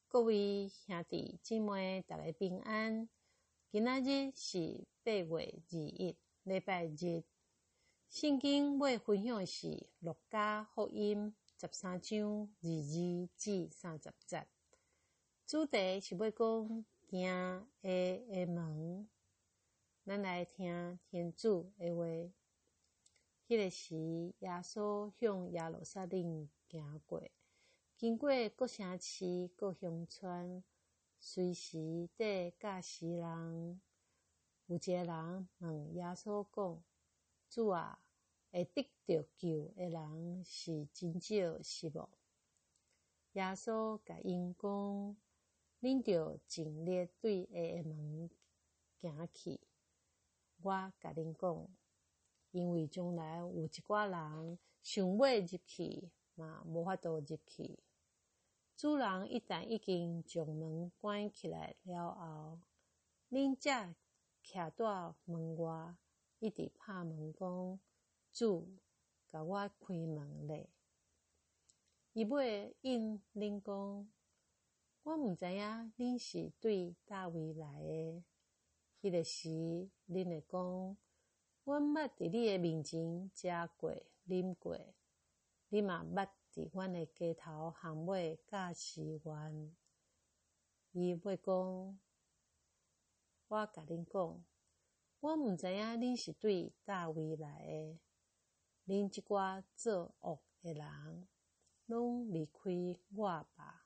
各位兄弟姊妹，大家平安。今仔日是8月21，礼拜日。圣经要分享是《路加福音》13章22至30节。主题是要讲行的门。咱来听天主的话。迄个时，耶稣向耶路撒冷行过。经过各城市、各乡村，随时在教示人。有一个人问耶稣讲：“主啊，会得到救的人是真少是无？”耶稣甲因讲：“恁着尽力对下门行去。我甲恁讲，因为将来有一寡人想要入去，嘛无法度入去。”主人一旦已经将门关起来了后，恁才徛在门外，一直拍门讲：“主，甲我开门咧！”伊尾应恁讲：“我毋知影恁是对叨位来的。”迄个时，恁会讲：“阮捌伫你的面前食过、啉过，你嘛捌伫阮的街头巷尾教示阮。”伊要讲：“我甲恁讲，我毋知影恁是对叨位来的。恁即寡做恶的人，拢离开我吧。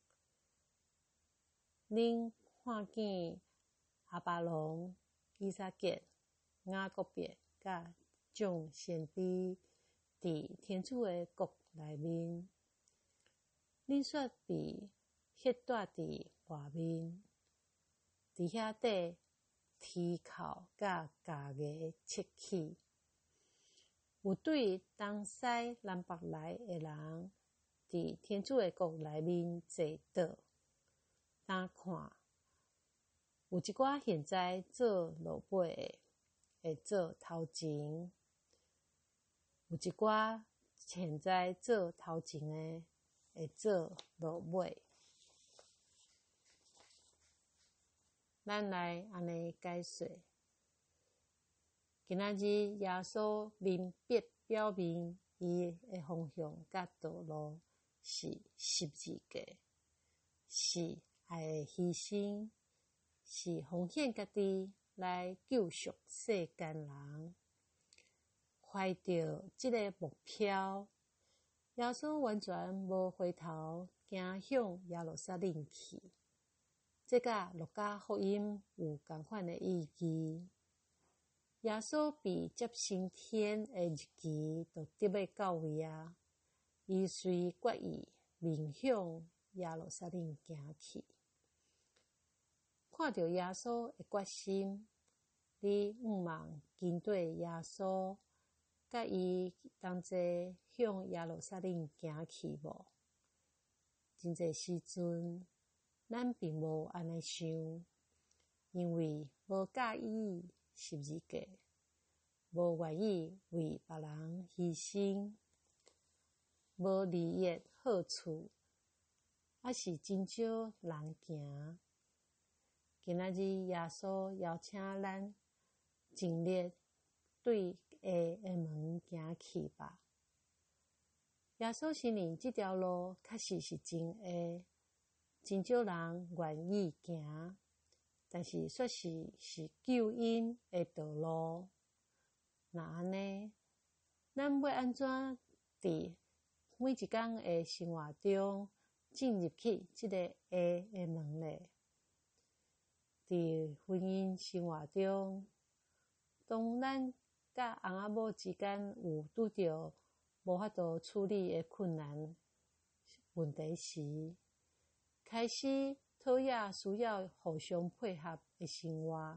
恁看见亚巴郎、以撒结、雅各别甲众先知伫天主的国内面，恁却被歇住伫外面，伫遐底啼哭甲加牙切齿。有对东西南北来的人，伫天主的国内面坐倒，当看。有一寡现在做落尾的，会做头前；有一寡现在做头前的，会做落尾。咱来安尼解说。今仔日耶稣明别表明伊的方向甲道路是十字架，是爱的牺牲，是奉献家己来救赎世间人。怀着这个目标，耶稣完全无回头，行向耶路撒冷去。这甲路加福音有同款的意义。耶稣被接升天的日期就得要到位啊！伊随决意面向耶路撒冷行去。看到耶稣的决心，你毋茫跟对耶稣，甲伊同齐向耶路撒冷行去无？真侪时阵，咱并无安尼想，因为无介意十字架，无愿意为别人牺牲，无利益好处，还是真少人行。今仔日耶稣邀请咱尽力对下的门行去吧。耶稣承认这条路确实是真下，真少人愿意行，但是确实是救恩的道路。那安尼，咱要安怎伫每一天的生活中进入去这个下的门呢？伫婚姻生活中，当咱甲翁仔某之间有拄着无法度处理的困难问题时，开始讨厌需要互相配合的生活。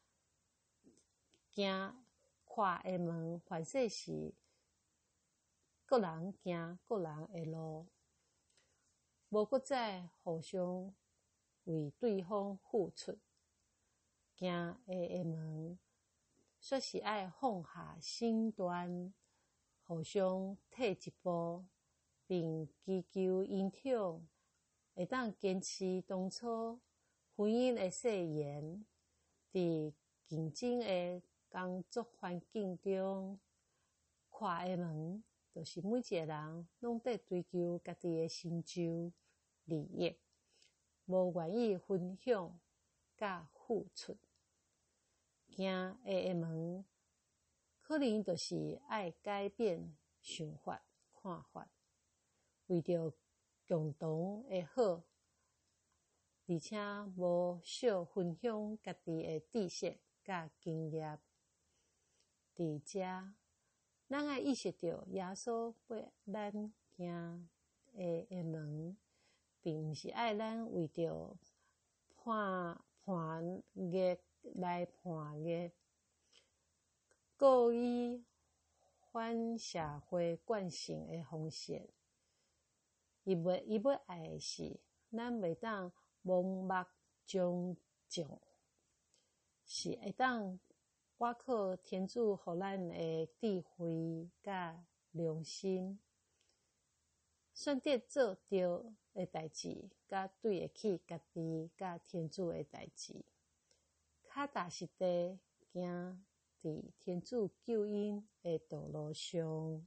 行跨的门，凡说是各人行各人的路，无搁再互相为对方付出。行下的门，却是爱放下身段，互相退一步，并祈求影响会当坚持当初婚姻的誓言，伫竞争的工作环境中，开的门，就是每一个人拢在追求家己的成就、利益，无愿意分享甲付出。行下个门，可能就是爱改变想法、看法，为着共同的好，而且无少分享家己的知识甲经验。伫遮，咱爱意识到耶稣要咱行下个门，并毋是爱咱为着判决来判决，故意反社会惯性的方式。伊要爱的是，咱袂当盲目将就，是会当倚靠天主予咱的智慧甲良心，选择做对的代志，甲对得起家己甲天主的代志，脚踏实地行伫天主救恩的道路上。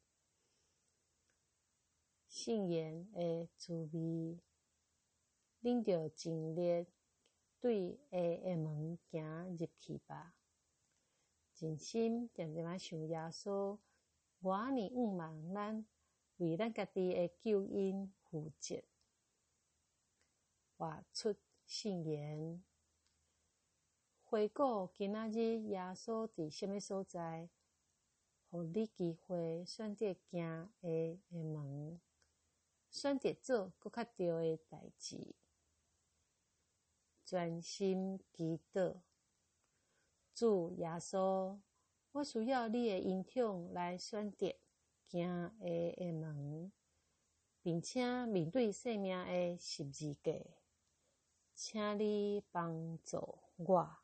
圣言的滋味，恁着尽力对下个门行入去吧。真心点点仔想耶稣，我呢望咱为咱家己的救恩负责。活出圣言，回顾今仔日耶稣伫什么所在，互你机会选择行下个门，选择做搁较对的代志，专心祈祷。主耶稣，我需要你的影响来选择行下个门，并且面对生命的十字架，请你帮助我。